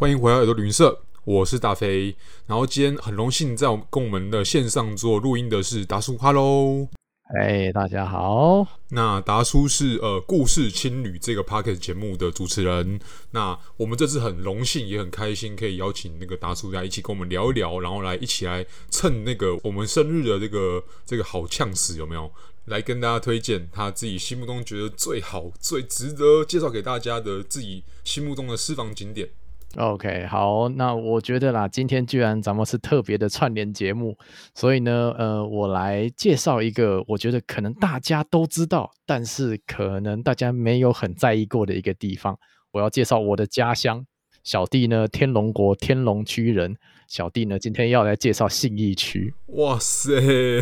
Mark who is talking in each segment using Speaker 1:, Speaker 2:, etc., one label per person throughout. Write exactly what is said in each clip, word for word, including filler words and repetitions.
Speaker 1: 欢迎回来耳朵旅行社，我是大飞。然后今天很荣幸在跟我们的线上做录音的是达叔 ，Hello。
Speaker 2: 哎，大家好。
Speaker 1: 那达叔是呃故事青旅这个 Podcast 节目的主持人。那我们这次很荣幸也很开心，可以邀请那个达叔来一起跟我们聊一聊，然后来一起来蹭那个我们生日的这个这个好呛死有没有？来跟大家推荐他自己心目中觉得最好、最值得介绍给大家的自己心目中的私房景点。
Speaker 2: OK， 好，那我觉得啦，今天居然咱们是特别的串联节目，所以呢，呃，我来介绍一个我觉得可能大家都知道，但是可能大家没有很在意过的一个地方。我要介绍我的家乡，小弟呢，天龙国天龙区人，小弟呢，今天要来介绍信义区。
Speaker 1: 哇塞！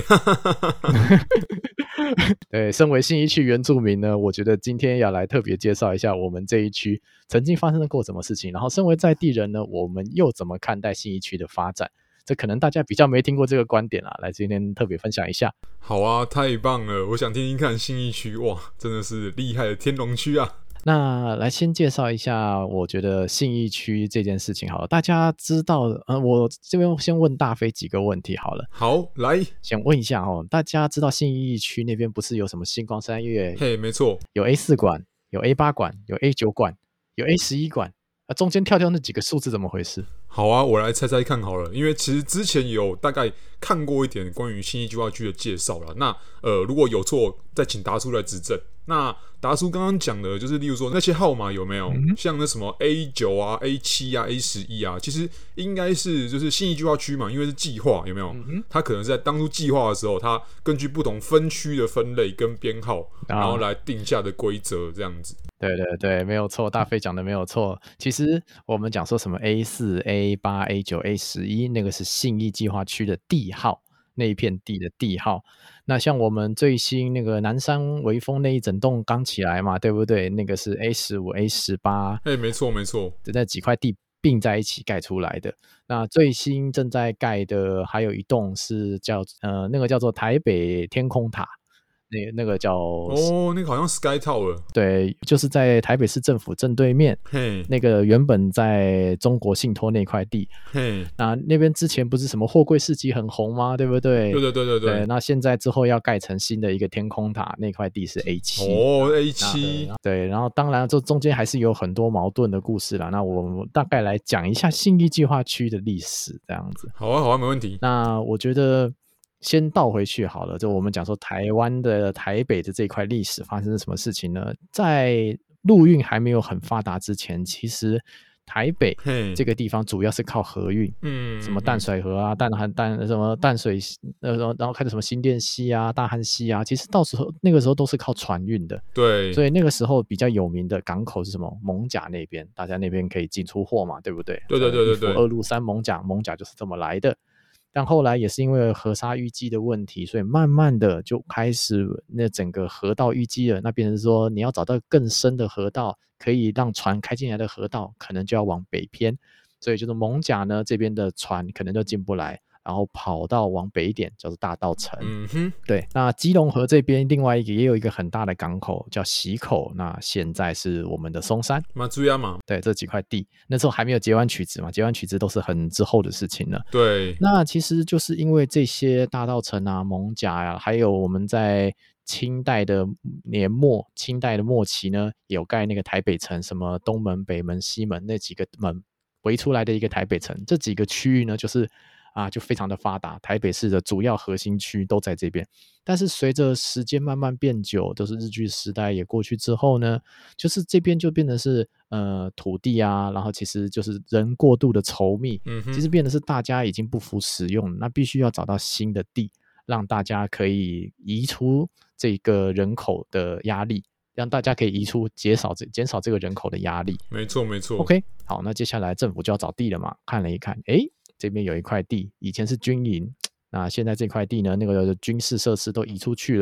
Speaker 2: 对，身为信义区原住民呢，我觉得今天要来特别介绍一下我们这一区曾经发生过什么事情，然后身为在地人呢，我们又怎么看待信义区的发展？这可能大家比较没听过这个观点啦，来今天特别分享一下。
Speaker 1: 好啊，太棒了！我想听听看信义区，哇，真的是厉害的天龙区啊！
Speaker 2: 那来先介绍一下，我觉得信义区这件事情好了，大家知道，呃，我这边先问大飞几个问题好了。
Speaker 1: 好，来，
Speaker 2: 想问一下哦，大家知道信义区那边不是有什么星光三月？
Speaker 1: 嘿，没错，
Speaker 2: 有 A 四 馆，有 A 八 馆，有 A 九 馆，有 A 十一 馆，啊，中间跳跳那几个数字怎么回事？
Speaker 1: 好啊，我来猜猜看好了，因为其实之前有大概看过一点关于信义计划区的介绍啦。那呃，如果有错，再请达叔来指正。那达叔刚刚讲的，就是例如说那些号码有没有、嗯、像那什么 A 九 啊、A 七 啊、A 十一 啊，其实应该是就是信义计划区嘛，因为是计划有没有、嗯？它可能是在当初计划的时候，它根据不同分区的分类跟编号，啊、然后来定下的规则这样子。
Speaker 2: 对对对，没有错，大飞讲的没有错。其实我们讲说什么 A 四、A 八、A 九、A 十一，那个是信义计划区的地号，那一片地的地号。那像我们最新那个南山微风那一整栋刚起来嘛，对不对？那个是 A 十五、A 十八，
Speaker 1: 哎，没错没错，
Speaker 2: 那几块地并在一起盖出来的。那最新正在盖的还有一栋是叫呃那个叫做台北天空塔。那那个叫
Speaker 1: 哦，那个好像 Sky Tower，
Speaker 2: 对，就是在台北市政府正对面，
Speaker 1: 嘿，
Speaker 2: 那个原本在中国信托那块地，
Speaker 1: 嘿，
Speaker 2: 那那边之前不是什么货柜市集很红吗？对不对？
Speaker 1: 对对对对 对,
Speaker 2: 对，那现在之后要盖成新的一个天空塔，那块地是 A 七，
Speaker 1: 哦 A 七，
Speaker 2: 对，然后当然这中间还是有很多矛盾的故事啦。那我们大概来讲一下信义计划区的历史，这样子。
Speaker 1: 好啊好啊，没问题。
Speaker 2: 那我觉得先倒回去好了，就我们讲说台湾的台北的这块历史发生了什么事情呢？在陆运还没有很发达之前，其实台北这个地方主要是靠河运，嗯，什么淡水河啊、淡汉淡什么淡水，呃，然后开始什么新店溪啊、大汉溪啊，其实到时候那个时候都是靠船运的。
Speaker 1: 对，
Speaker 2: 所以那个时候比较有名的港口是什么？艋舺那边，大家那边可以进出货嘛，对不对？
Speaker 1: 对对对对对，
Speaker 2: 二路三艋舺，艋舺就是这么来的。但后来也是因为河沙淤积的问题，所以慢慢的就开始那整个河道淤积了。那变成说你要找到更深的河道，可以让船开进来的河道，可能就要往北偏。所以就是艋舺呢这边的船可能就进不来，然后跑到往北一点，叫做大稻埕。嗯哼，对。那基隆河这边另外一个也有一个很大的港口叫溪口，那现在是我们的松山、
Speaker 1: 马祖亚嘛，
Speaker 2: 对，这几块地，那时候还没有截湾取直嘛，截湾取直都是很之后的事情了。
Speaker 1: 对，
Speaker 2: 那其实就是因为这些大稻埕啊、艋舺啊，还有我们在清代的年末、清代的末期呢，有盖那个台北城，什么东门、北门、西门那几个门围出来的一个台北城，这几个区域呢，就是啊，就非常的发达，台北市的主要核心区都在这边。但是随着时间慢慢变久，都是日据时代也过去之后呢，就是这边就变成是呃土地啊，然后其实就是人过度的稠密，嗯，其实变得是大家已经不敷使用了，那必须要找到新的地，让大家可以移出这个人口的压力。让大家可以移出，减少这减少这个人口的压力。
Speaker 1: 没错没错。
Speaker 2: OK， 好，那接下来政府就要找地了嘛。看了一看，哎，这边有一块地，以前是军营，那现在这块地呢，那个军事设施都移出去了。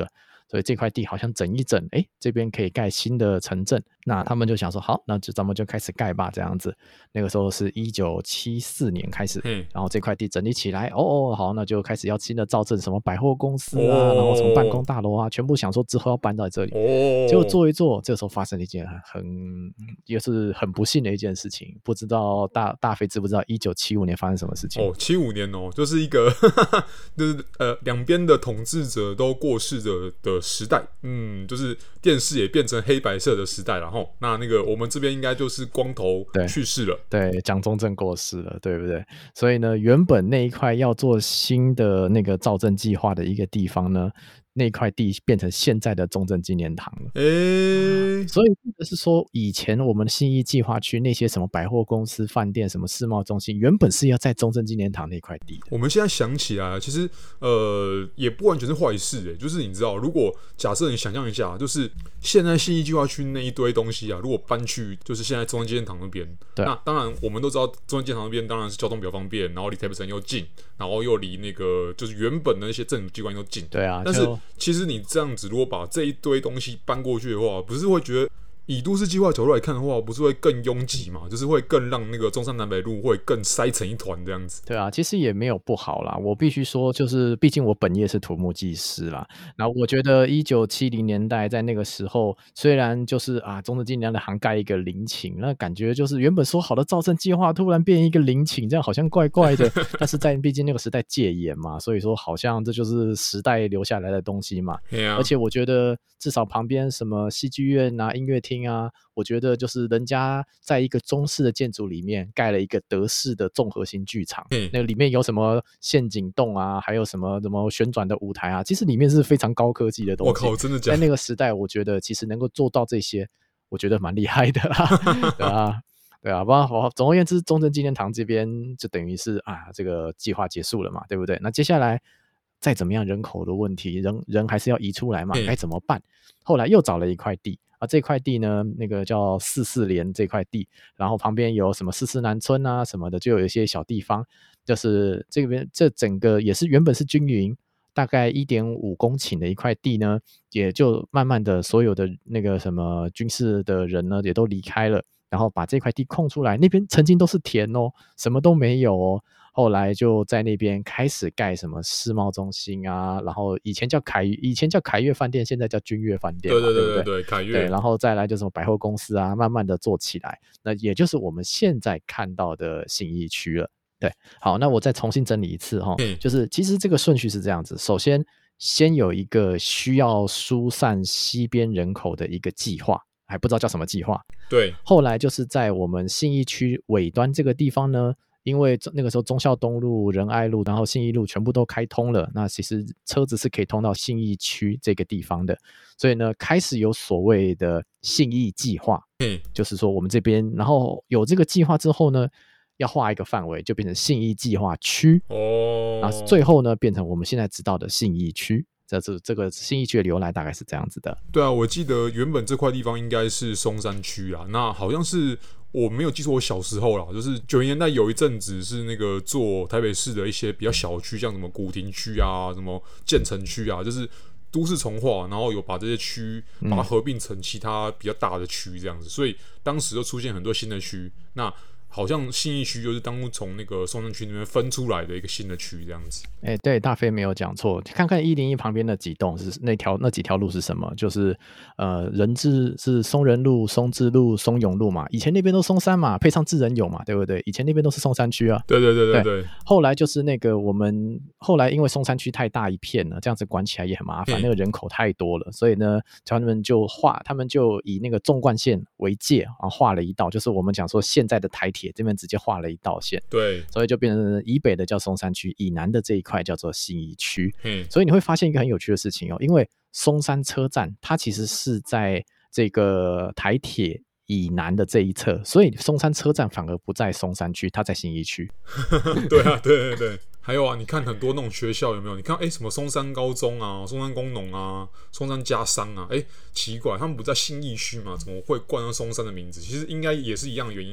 Speaker 2: 所以这块地好像整一整，哎，这边可以盖新的城镇。那他们就想说，好，那就咱们就开始盖吧，这样子。那个时候是一九七四年开始，然后这块地整理起来，哦哦，好，那就开始要新的造镇，什么百货公司啊，哦、然后什么办公大楼啊，全部想说之后要搬到这里。哦，结果做一做，这个时候发生了一件很也是很不幸的一件事情，不知道大大飞知不知道一九七五年发生什么事情？
Speaker 1: 哦，七五年哦，就是一个就是呃两边的统治者都过世的的时代，嗯，就是电视也变成黑白色的时代了哈。那那个我们这边应该就是光头去世了，
Speaker 2: 对，蒋中正过世了，对不对？所以呢，原本那一块要做新的那个造镇计划的一个地方呢，那块地变成现在的中正纪念堂了。
Speaker 1: 欸、
Speaker 2: 所以是说，以前我们信义计划区那些什么百货公司、饭店、什么世贸中心，原本是要在中正纪念堂那块地的。
Speaker 1: 我们现在想起来，其实呃也不完全是坏事诶，就是你知道，如果假设你想象一下，就是现在信义计划区那一堆东西啊，如果搬去就是现在中正纪念堂那边，那当然我们都知道中正纪念堂那边当然是交通比较方便，然后离台北城又近，然后又离那个就是原本的那些政府机关又近。
Speaker 2: 对啊，
Speaker 1: 但是其实你这样子，如果把这一堆东西搬过去的话，不是会觉得以都市计划角度来看的话，不是会更拥挤嘛？就是会更让那个中山南北路会更塞成一团这样子。
Speaker 2: 对啊，其实也没有不好啦。我必须说，就是毕竟我本业是土木技师啦。然后我觉得一九七零年代在那个时候，虽然就是啊，中正纪念堂涵盖一个陵寝，那感觉就是原本说好的造镇计划突然变一个陵寝，这样好像怪怪的。但是在毕竟那个时代戒严嘛，所以说好像这就是时代留下来的东西嘛。
Speaker 1: 啊、
Speaker 2: 而且我觉得至少旁边什么戏剧院啊、音乐厅啊，我觉得就是人家在一个中式的建筑里面盖了一个德式的综合型剧场，嗯、那个里面有什么陷阱洞啊，还有什么什么旋转的舞台啊，其实里面是非常高科技的东西。
Speaker 1: 我靠，真的假的？
Speaker 2: 在那个时代，我觉得其实能够做到这些，我觉得蛮厉害的啦，对啊。对啊，不好，总而言之，中正纪念堂这边就等于是啊，这个计划结束了嘛，对不对？那接下来再怎么样人口的问题，人人还是要移出来嘛，该怎么办？后来又找了一块地啊，这块地呢，那个叫四四连这块地，然后旁边有什么四四南村啊什么的，就有一些小地方，就是这边这整个也是原本是均匀。大概 一点五公顷的一块地呢，也就慢慢的所有的那个什么军事的人呢，也都离开了，然后把这块地空出来，那边曾经都是田哦，什么都没有哦。后来就在那边开始盖什么世贸中心啊，然后以前叫凯以前叫凯悦饭店，现在叫君悦饭店嘛，
Speaker 1: 对对对
Speaker 2: 对不
Speaker 1: 对对，凯悦。
Speaker 2: 对，然后再来就什么百货公司啊，慢慢的做起来，那也就是我们现在看到的信义区了。对，好，那我再重新整理一次哈，嗯、就是其实这个顺序是这样子，首先先有一个需要疏散西边人口的一个计划，还不知道叫什么计划。
Speaker 1: 对，
Speaker 2: 后来就是在我们信义区尾端这个地方呢，因为那个时候忠孝东路、仁爱路，然后信义路全部都开通了，那其实车子是可以通到信义区这个地方的，所以呢，开始有所谓的信义计划，嗯，就是说我们这边，然后有这个计划之后呢，要画一个范围，就变成信义计划区哦，然后最后呢，变成我们现在知道的信义区。这是这个信义区的由来大概是这样子的。
Speaker 1: 对啊，我记得原本这块地方应该是松山区啊，那好像是我没有记错，我小时候啦，就是九零年代有一阵子是那个做台北市的一些比较小区，像什么古亭区啊、什么建成区啊，就是都市重划，然后有把这些区把它合并成其他比较大的区这样子，嗯、所以当时就出现很多新的区。那好像信义区就是当初从那个松山区那边分出来的一个新的区这样子。
Speaker 2: 哎、欸，对，大飞没有讲错，看看一零一旁边那几栋是那条那几条路是什么？就是呃，人智是松仁路、松智路、松永路嘛，以前那边都松山嘛，配上智仁永嘛，对不对？以前那边都是松山区啊。
Speaker 1: 对对对对 对, 对。
Speaker 2: 后来就是那个我们后来因为松山区太大一片了，这样子管起来也很麻烦，那个人口太多了，所以呢，他们就画，他们就以那个纵贯线为界啊，画了一道，就是我们讲说现在的台铁这边直接画了一道线，
Speaker 1: 对，
Speaker 2: 所以就变成以北的叫松山区，以南的这一块叫做信义区。嗯，所以你会发现一个很有趣的事情哦，因为松山车站它其实是在这个台铁以南的这一侧，所以松山车站反而不在松山区，它在信义区。
Speaker 1: 对啊，对对对。还有啊，你看很多那种学校有没有？你看，哎，什么松山高中啊、松山工农啊、松山家商啊，哎，奇怪，他们不在信义区吗？怎么会冠上松山的名字？其实应该也是一样的原因吼。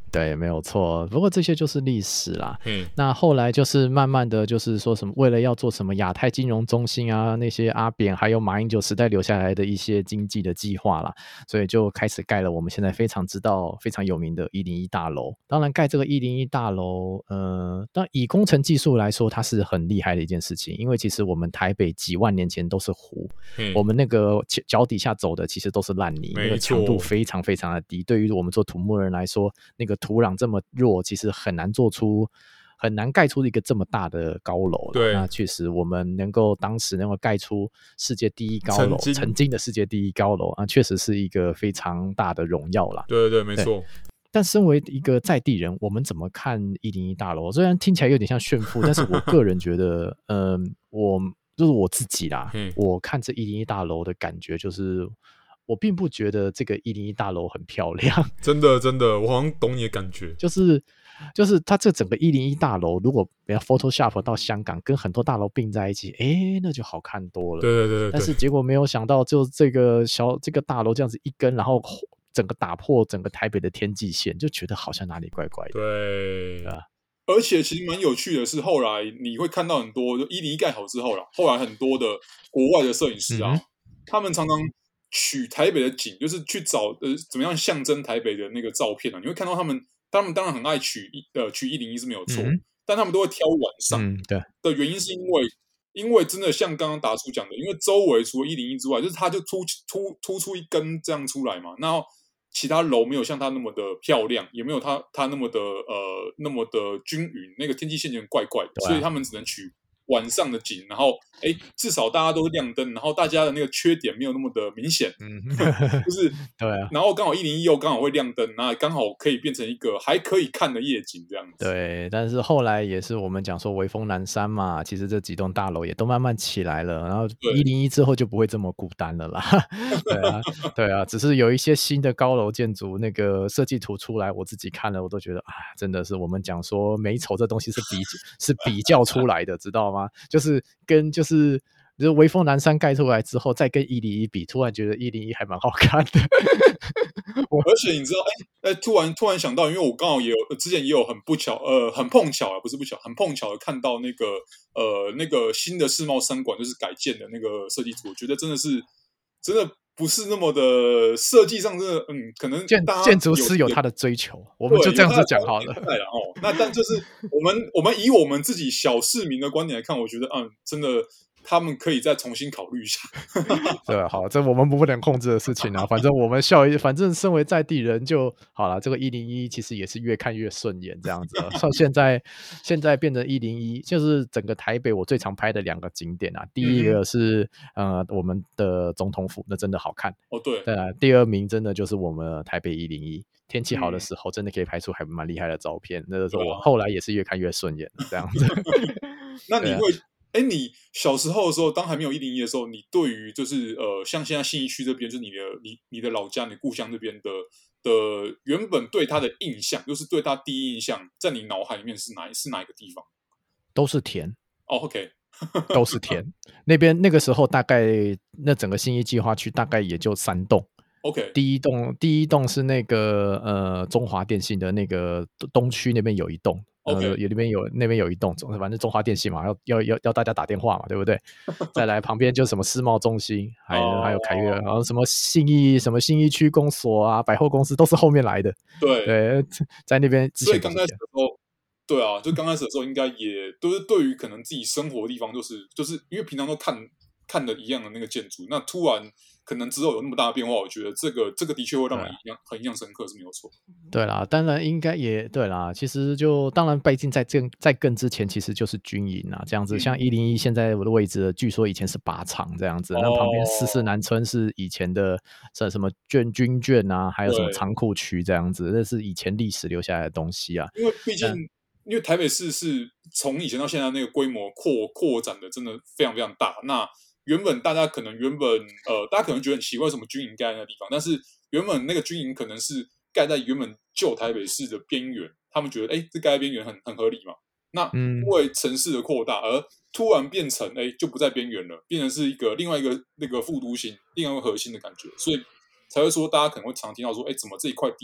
Speaker 2: 对，没有错。不过这些就是历史啦。
Speaker 1: 嗯，
Speaker 2: 那后来就是慢慢的就是说什么，为了要做什么亚太金融中心啊，那些阿扁还有马英九时代留下来的一些经济的计划啦，所以就开始盖了我们现在非常知道、非常有名的一零一大楼。当然，盖这个一零一大楼，呃，当以工程技术来说，它是很厉害的一件事情，因为其实我们台北几万年前都是湖，
Speaker 1: 嗯
Speaker 2: 我们那个脚底下走的其实都是烂泥，那个强度非常非常的低。对于我们做土木人来说，那个土壤这么弱，其实很难做出很难盖出一个这么大的高楼。
Speaker 1: 对，
Speaker 2: 那确实我们能够当时能够盖出世界第一高楼，曾经, 曾经的世界第一高楼啊，确实是一个非常大的荣耀啦。
Speaker 1: 对对对，没错。
Speaker 2: 但身为一个在地人，我们怎么看一零一大楼？虽然听起来有点像炫富，但是我个人觉得，嗯、呃，我就是我自己啦，我看这一零一大楼的感觉就是。我并不觉得这个一零一大楼很漂亮，
Speaker 1: 真的真的，我好像懂你的感觉，
Speaker 2: 就是就是它这整个一零一大楼，如果不要 Photoshop 到香港，跟很多大楼并在一起，哎，那就好看多了。
Speaker 1: 对对 对, 对，
Speaker 2: 但是结果没有想到，就这个小这个大楼这样子一根，然后整个打破整个台北的天际线，就觉得好像哪里怪怪的。
Speaker 1: 对
Speaker 2: 啊，
Speaker 1: 而且其实蛮有趣的是，后来你会看到很多，就一零一盖好之后啦，后来很多的国外的摄影师啊，嗯、他们常常取台北的景，就是去找呃怎么样象征台北的那个照片啊。你会看到他们，他们当然很爱取呃取一零一是没有错，嗯、但他们都会挑晚上。
Speaker 2: 嗯，对
Speaker 1: 的原因是因为，因为真的像刚刚达叔讲的，因为周围除了一零一之外，就是它就突突突出一根这样出来嘛，然后其他楼没有像它那么的漂亮，也没有它它那么的呃那么的均匀，那个天际线有点怪怪的，啊、所以他们只能取晚上的景，然后哎，至少大家都是亮灯，然后大家的那个缺点没有那么的明显，嗯，就是
Speaker 2: 对啊，
Speaker 1: 然后刚好一零一又刚好会亮灯，那刚好可以变成一个还可以看的夜景这样子。
Speaker 2: 对，但是后来也是我们讲说微风南山嘛，其实这几栋大楼也都慢慢起来了，然后一零一之后就不会这么孤单了啦。对啊，对啊，只是有一些新的高楼建筑那个设计图出来，我自己看了我都觉得啊，真的是我们讲说美丑这东西是比是比较出来的，知道吗？就是跟就是就是微风南山盖出来之后，再跟一零一比，突然觉得一零一还蛮好看的。
Speaker 1: 而且你知道，哎、欸、哎，突然突然想到，因为我刚好也有之前也有很不巧，呃，很碰巧啊，不是不巧，很碰巧的看到那个呃那个新的世贸三馆就是改建的那个设计图，我觉得真的是真的不是那么的设计上真的，嗯，可能
Speaker 2: 建建筑师有他的追求，我们就这样子讲好了。
Speaker 1: 哦，那但就是我们我们以我们自己小市民的观点来看，我觉得嗯，真的。他们可以再重新考虑一下。
Speaker 2: 对，好，这我们不能控制的事情啊。反正我们笑，反正身为在地人就好了。这个一零一其实也是越看越顺眼，这样子。像现在现在变成一零一，就是整个台北我最常拍的两个景点啊。第一个是、嗯、呃我们的总统府，那真的好看。
Speaker 1: 哦，对。
Speaker 2: 对啊，第二名真的就是我们台北一零一。天气好的时候，真的可以拍出还蛮厉害的照片。那个时候我后来也是越看越顺眼，这样子。
Speaker 1: 那你会？哎，你小时候的时候，当还没有一零一的时候，你对于就是呃，像现在信义区这边，就是你的你你的老家、你故乡这边的的原本对他的印象，就是对他第一印象，在你脑海里面是哪是哪一个地方？
Speaker 2: 都是田。
Speaker 1: 哦 ，OK，
Speaker 2: 都是田。那边那个时候大概那整个信义计划区大概也就三栋。
Speaker 1: OK，
Speaker 2: 第一栋第一栋是那个呃中华电信的那个东区那边有一栋。
Speaker 1: OK，
Speaker 2: 呃，那边有那边有一栋，反正中华电信嘛，要要要要大家打电话嘛，对不对？再来旁边就是什么世贸中心，还有、oh. 还有凯悦，然后什么信义什么信义区公所啊，百货公司都是后面来的。
Speaker 1: 对
Speaker 2: 对，在那边之前。
Speaker 1: 所以刚开始的时候，对啊，就刚开始的时候，应该也都是对于可能自己生活的地方，就是就是因为平常都看看的一样的那个建筑，那突然。可能之后有那么大的变化，我觉得这个这个的确会让人印象很印象深刻，是没有错。
Speaker 2: 对啦，当然应该也对啦。其实就当然，毕竟在更在更之前，其实就是军营啊，这样子。嗯、像一零一现在的位置，据说以前是靶场这样子。哦、那旁边四四南村是以前的什什么眷军眷啊，还有什么仓库区这样子，那是以前历史留下来的东西啊。
Speaker 1: 因为毕竟，因为台北市是从以前到现在那个规模扩扩展的，真的非常非常大。那原本大家可能原本呃，大家可能觉得很奇怪，为什么军营盖在那个地方？但是原本那个军营可能是盖在原本旧台北市的边缘，他们觉得哎，这盖在边缘很很合理嘛。那因为城市的扩大，而突然变成哎，就不在边缘了，变成是一个另外一个那个副都心，另外一个核心的感觉，所以才会说大家可能会常听到说，哎，怎么这一块地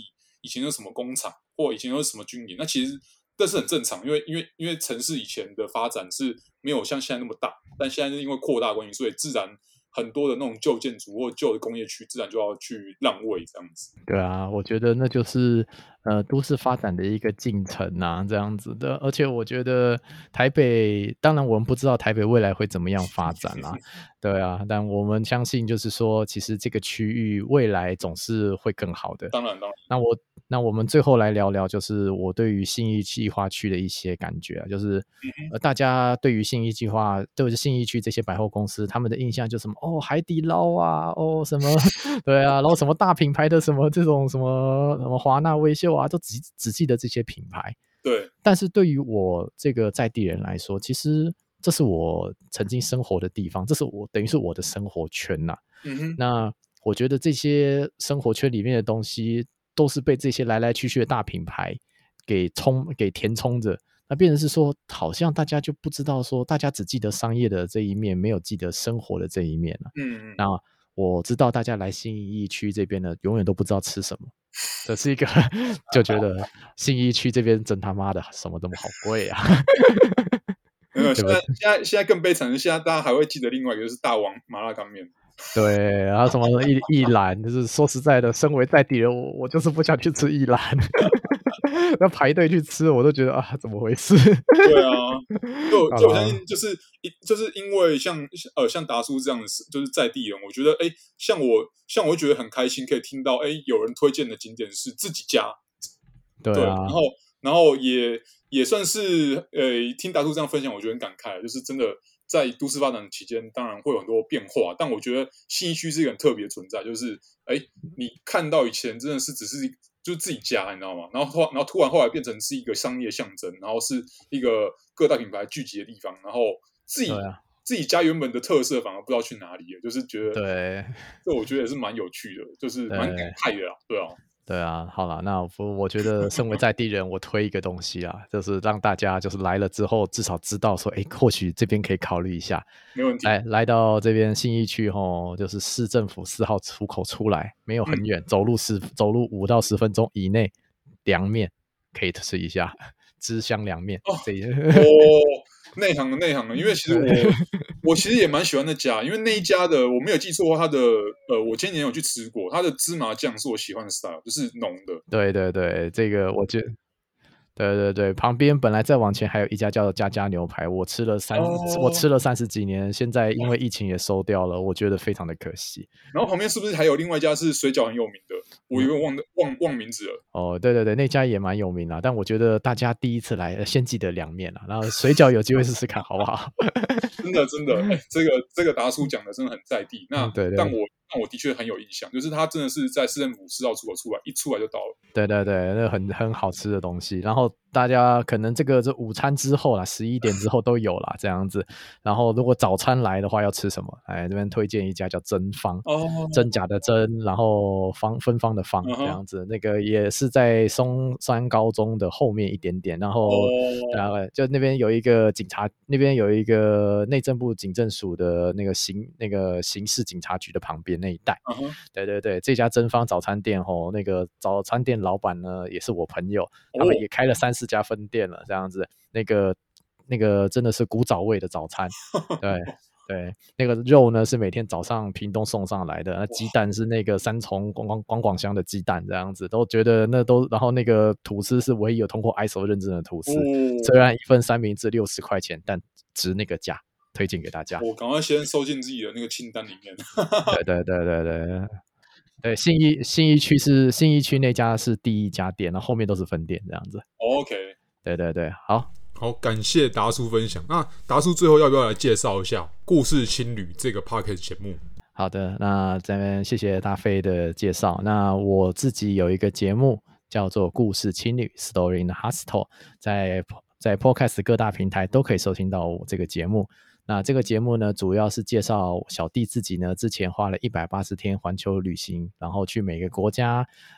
Speaker 1: 以前有什么工厂，或以前有什么军营，那其实这是很正常，因为因为因为城市以前的发展是没有像现在那么大，但现在是因为扩大关系，所以自然很多的那种旧建筑或旧的工业区，自然就要去让位这样子。
Speaker 2: 对啊，我觉得那就是呃都市发展的一个进程啊，这样子的。而且我觉得台北，当然我们不知道台北未来会怎么样发展啦，对啊，但我们相信就是说，其实这个区域未来总是会更好的。
Speaker 1: 当然，当然，
Speaker 2: 那我那我们最后来聊聊，就是我对于信义计划区的一些感觉啊，就是呃大家对于信义计划，就是信义区这些百货公司，他们的印象就是什么哦海底捞啊，哦什么对啊，然后什么大品牌的什么这种什么什么华纳威秀啊，都只只记得这些品牌。
Speaker 1: 对，
Speaker 2: 但是对于我这个在地人来说，其实这是我曾经生活的地方，这是我等于是我的生活圈呐、
Speaker 1: 嗯哼，
Speaker 2: 那我觉得这些生活圈里面的东西，都是被这些来来去去的大品牌给充给填充着。那变成是说，好像大家就不知道说，大家只记得商业的这一面，没有记得生活的这一面了、
Speaker 1: 嗯嗯，
Speaker 2: 那我知道大家来信义区这边呢，永远都不知道吃什么。这是一个就觉得信义区这边真他妈的什么这么好贵啊，
Speaker 1: 没有，现
Speaker 2: 对不对？
Speaker 1: 在现在现在更悲惨的是，现在大家还会记得另外一个就是大王麻辣干面。
Speaker 2: 对，然后什么一一兰，就是说实在的，身为在地人，我我就是不想去吃一兰，那排队去吃，我都觉得啊，怎么回事？
Speaker 1: 对啊，就
Speaker 2: 好啦，
Speaker 1: 就我相信，就是一就是因为像呃像达叔这样的，就是在地人，我觉得哎，像我像我会觉得很开心，可以听到哎有人推荐的景点是自己家，对，
Speaker 2: 对啊，
Speaker 1: 然后然后也也算是呃听达叔这样分享，我觉得很感慨，就是真的在都市发展期间，当然会有很多变化，但我觉得信义区是一个很特别的存在，就是哎你看到以前真的是只是就是自己家，你知道吗？然后突然然后突然后来变成是一个商业象征，然后是一个各大品牌聚集的地方，然后自己、
Speaker 2: 对啊，
Speaker 1: 自己家原本的特色反而不知道去哪里了，就是觉得
Speaker 2: 对
Speaker 1: 这我觉得也是蛮有趣的，就是蛮感
Speaker 2: 对。
Speaker 1: 慨的啦，对啊，
Speaker 2: 对啊，好了，那我我觉得身为在地人，我推一个东西啊，就是让大家就是来了之后，至少知道说，哎，或许这边可以考虑一下。
Speaker 1: 没问题。
Speaker 2: 来来到这边信义区吼，就是市政府四号出口出来，没有很
Speaker 1: 嗯，
Speaker 2: 远，走路十走路五到十分钟以内，凉面可以吃一下，芝香凉面
Speaker 1: 哦，
Speaker 2: 这一
Speaker 1: 哦，内行的内行的，因为其实我我其实也蛮喜欢那家，因为那一家的我没有记错的话，它的呃，我前几年有去吃过，它的芝麻酱是我喜欢的 style，就是浓的。
Speaker 2: 对对对，这个我觉得对对对，旁边本来再往前还有一家叫家家牛排，我吃了三我
Speaker 1: 哦，
Speaker 2: 吃了三十几年，现在因为疫情也收掉了，我觉得非常的可惜。
Speaker 1: 然后旁边是不是还有另外一家是水饺很有名的？我有点忘的忘忘名字了。
Speaker 2: 哦，对对对，那家也蛮有名的，但我觉得大家第一次来，呃先记得凉面啦，然后水饺有机会试试看，好不好？
Speaker 1: 真的真的，哎，这个这个达叔讲的真的很在地。那
Speaker 2: 嗯，对对
Speaker 1: 但我但我的确很有印象，就是他真的是在市政府四号出口出来，一出来就到了。
Speaker 2: 对对对，那很很好吃的东西。然后大家可能这个这午餐之后啦，十一点之后都有啦，这样子。然后如果早餐来的话，要吃什么？哎，这边推荐一家叫真芳，真
Speaker 1: 哦，
Speaker 2: 假的真，然后方芬芳的芳，
Speaker 1: 嗯哼，
Speaker 2: 这样子。那个也是在松山高中的后面一点点，然后
Speaker 1: 哦，
Speaker 2: 然后就那边有一个警察，那边有一个内政部警政署的那个刑那个刑事警察局的旁边那一带。
Speaker 1: 嗯哼，
Speaker 2: 对对对，这家真芳早餐店吼，那个早餐店老板呢也是我朋友，他们也
Speaker 1: 哦，
Speaker 2: 开了三四家分店了，这样子，那个那个真的是古早味的早餐，对对，那个肉呢是每天早上屏东送上来的，那鸡蛋是那个三重广广广广乡的鸡蛋，这样子都觉得那都，然后那个吐司是唯一有通过 I S O 认证的吐司，虽
Speaker 1: 哦，
Speaker 2: 然一份三明治六十块钱，但值那个价，推荐给大家。
Speaker 1: 我赶快先收进自己的那个清单里面。
Speaker 2: 对对对对对。对，信义信义区是信义区那家是第一家店，然后后面都是分店这样子。
Speaker 1: OK，
Speaker 2: 对对对，好，
Speaker 1: 好，感谢达叔分享。那达叔最后要不要来介绍一下《故事青旅》这个 podcast 节目？
Speaker 2: 好的，那这边谢谢大飞的介绍。那我自己有一个节目叫做《故事青旅 Story in the Hostel》，在在 Podcast 各大平台都可以收听到我这个节目。那这个节目呢，主要是介绍小弟自己呢，之前花了一百八十天环球旅行，然后去每个国家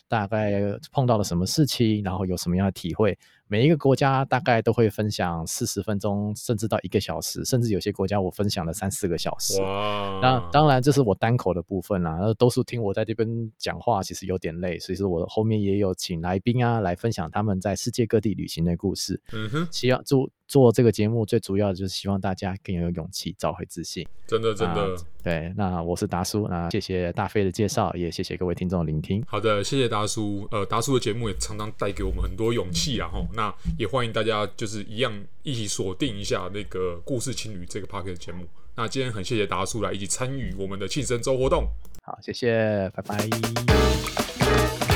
Speaker 2: 大概碰到了什么事情，然后有什么样的体会。每一个国家大概都会分享四十分钟，甚至到一个小时，甚至有些国家我分享了三四个小时。
Speaker 1: 哇！
Speaker 2: 那当然这是我单口的部分啦，那都是听我在这边讲话，其实有点累，所以说我后面也有请来宾啊来分享他们在世界各地旅行的故事。
Speaker 1: 嗯哼，
Speaker 2: 希望做做这个节目最主要的就是希望大家更有勇气，找回自信。
Speaker 1: 真的真的。
Speaker 2: 对，那我是达叔，那谢谢大飞的介绍，也谢谢各位听众的聆听。
Speaker 1: 好的，谢谢达叔。呃，达叔的节目也常常带给我们很多勇气啊，吼。那也欢迎大家就是一样一起锁定一下那个故事青旅这个 Podcast 节目。那今天很谢谢达叔来一起参与我们的庆生周活动。
Speaker 2: 好，谢谢，拜拜。